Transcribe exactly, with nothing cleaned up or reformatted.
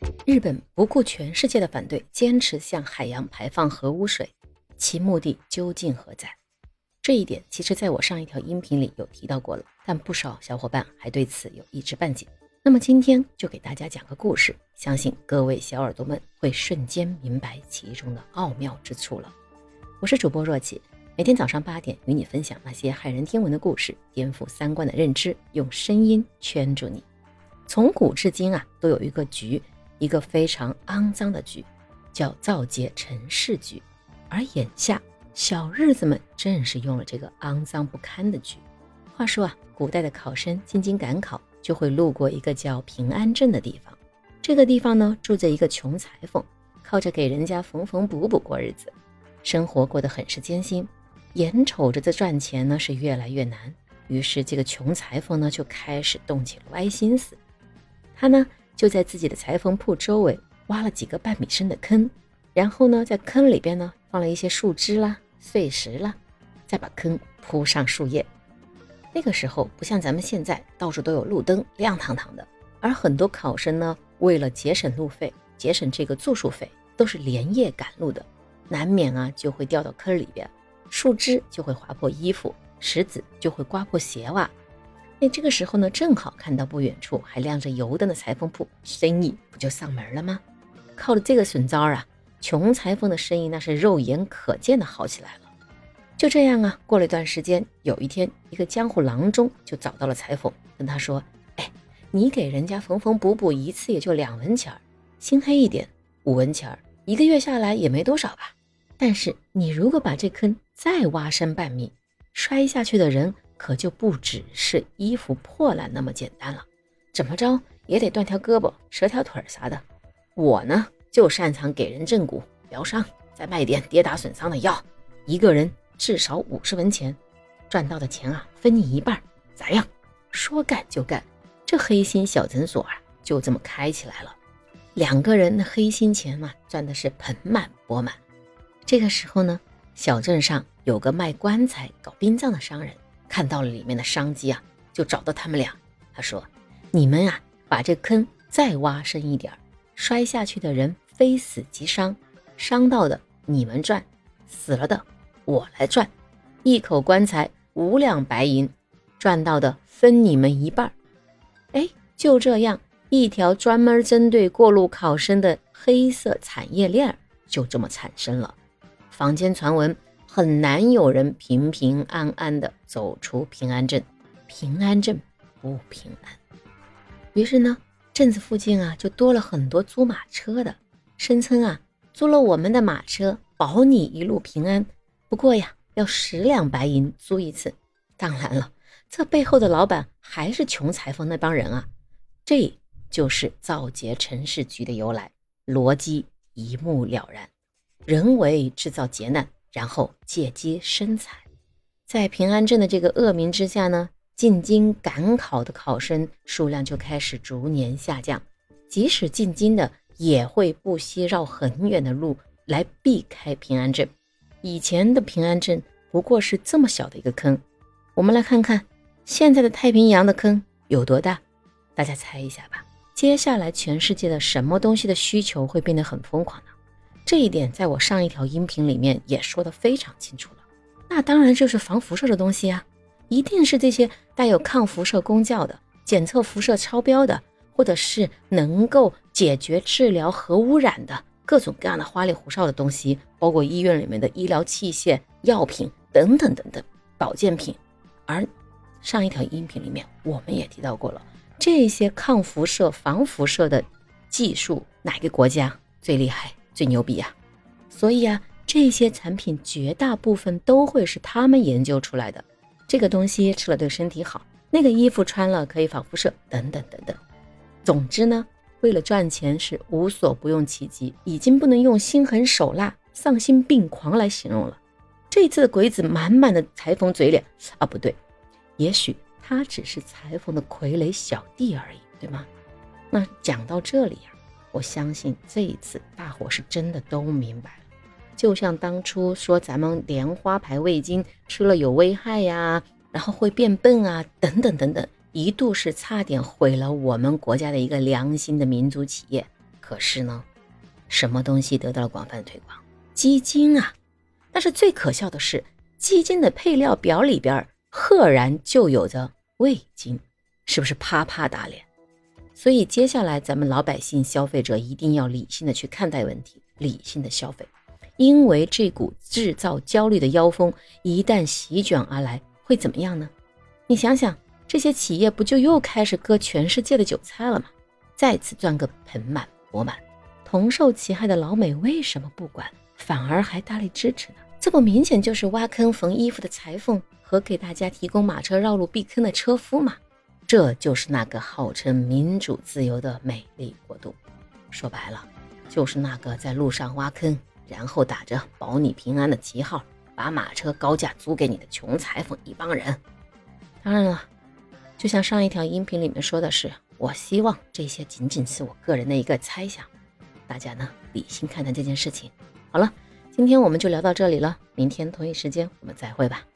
日本不顾全世界的反对，坚持向海洋排放核污水，其目的究竟何在？这一点其实在我上一条音频里有提到过了，但不少小伙伴还对此有一知半解。那么今天就给大家讲个故事，相信各位小耳朵们会瞬间明白其中的奥妙之处了。我是主播若琪，每天早上八点与你分享那些骇人听闻的故事，颠覆三观的认知，用声音圈住你。从古至今啊，都有一个局，一个非常肮脏的局，叫造节陈氏局。而眼下小日子们正是用了这个肮脏不堪的局。话说啊，古代的考生进京赶考，就会路过一个叫平安镇的地方。这个地方呢，住着一个穷裁缝，靠着给人家缝缝补补过日子，生活过得很是艰辛。眼瞅着这赚钱呢是越来越难，于是这个穷裁缝呢就开始动起了歪心思。他呢就在自己的裁缝铺周围挖了几个半米深的坑，然后呢在坑里边呢放了一些树枝啦、碎石啦，再把坑铺上树叶。那个时候不像咱们现在到处都有路灯，亮堂堂的，而很多考生呢为了节省路费，节省这个住宿费，都是连夜赶路的，难免啊就会掉到坑里边，树枝就会划破衣服，石子就会刮破鞋袜。那这个时候呢，正好看到不远处还亮着油灯的裁缝铺，生意不就上门了吗？靠着这个损招啊，穷裁缝的生意那是肉眼可见的好起来了。就这样啊，过了一段时间，有一天一个江湖郎中就找到了裁缝，跟他说：哎，你给人家缝缝补补一次也就两文钱，心黑一点五文钱，一个月下来也没多少吧。但是你如果把这坑再挖深半米，摔下去的人可就不只是衣服破烂那么简单了，怎么着也得断条胳膊折条腿啥的。我呢就擅长给人正骨疗伤，再卖点跌打损伤的药，一个人至少五十文钱，赚到的钱啊分你一半，咋样？说干就干，这黑心小诊所啊就这么开起来了。两个人的黑心钱啊赚的是盆满钵满。这个时候呢，小镇上有个卖棺材搞殡葬的商人看到了里面的商机啊，就找到他们俩。他说：你们啊把这坑再挖深一点，摔下去的人非死即伤，伤到的你们赚，死了的我来赚，一口棺材五两白银，赚到的分你们一半。哎，就这样，一条专门针对过路考生的黑色产业链就这么产生了。坊间传闻很难有人平平安安的走出平安镇，平安镇不平安。于是呢，镇子附近啊就多了很多租马车的，声称啊租了我们的马车保你一路平安，不过呀要十两白银租一次。当然了，这背后的老板还是穷裁缝那帮人啊。这就是造节陈氏局的由来，逻辑一目了然，人为制造劫难，然后借机生财。在平安镇的这个恶名之下呢，进京赶考的考生数量就开始逐年下降，即使进京的也会不惜绕很远的路来避开平安镇。以前的平安镇不过是这么小的一个坑，我们来看看现在的太平洋的坑有多大，大家猜一下吧。接下来全世界的什么东西的需求会变得很疯狂呢？这一点在我上一条音频里面也说得非常清楚了。那当然就是防辐射的东西啊，一定是这些带有抗辐射功效的，检测辐射超标的，或者是能够解决治疗核污染的各种各样的花里胡哨的东西，包括医院里面的医疗器械、药品等等等等保健品。而上一条音频里面我们也提到过了，这些抗辐射防辐射的技术哪个国家最厉害最牛逼啊？所以啊，这些产品绝大部分都会是他们研究出来的。这个东西吃了对身体好，那个衣服穿了可以防辐射，等等等等。总之呢，为了赚钱是无所不用其极，已经不能用心狠手辣、丧心病狂来形容了。这次的鬼子满满的裁缝嘴脸啊，不对，也许他只是裁缝的傀儡小弟而已，对吗？那讲到这里啊，我相信这一次大伙是真的都明白了。就像当初说咱们莲花牌味精吃了有危害呀，然后会变笨啊，等等等等，一度是差点毁了我们国家的一个良心的民族企业。可可是呢，什么东西得到了广泛推广？鸡精啊！但是最可笑的是，鸡精的配料表里边赫然就有着味精，是不是啪啪打脸？所以接下来咱们老百姓消费者一定要理性的去看待问题，理性的消费，因为这股制造焦虑的妖风一旦席卷而来，会怎么样呢？你想想，这些企业不就又开始割全世界的韭菜了吗？再次赚个盆满钵满，同受其害的老美为什么不管，反而还大力支持呢？这不明显就是挖坑缝衣服的裁缝和给大家提供马车绕路避坑的车夫吗？这就是那个号称民主自由的美丽国度，说白了就是那个在路上挖坑，然后打着保你平安的旗号把马车高价租给你的穷裁缝一帮人。当然了，就像上一条音频里面说的是，我希望这些仅仅是我个人的一个猜想，大家呢理性看待这件事情。好了，今天我们就聊到这里了，明天同一时间我们再会吧。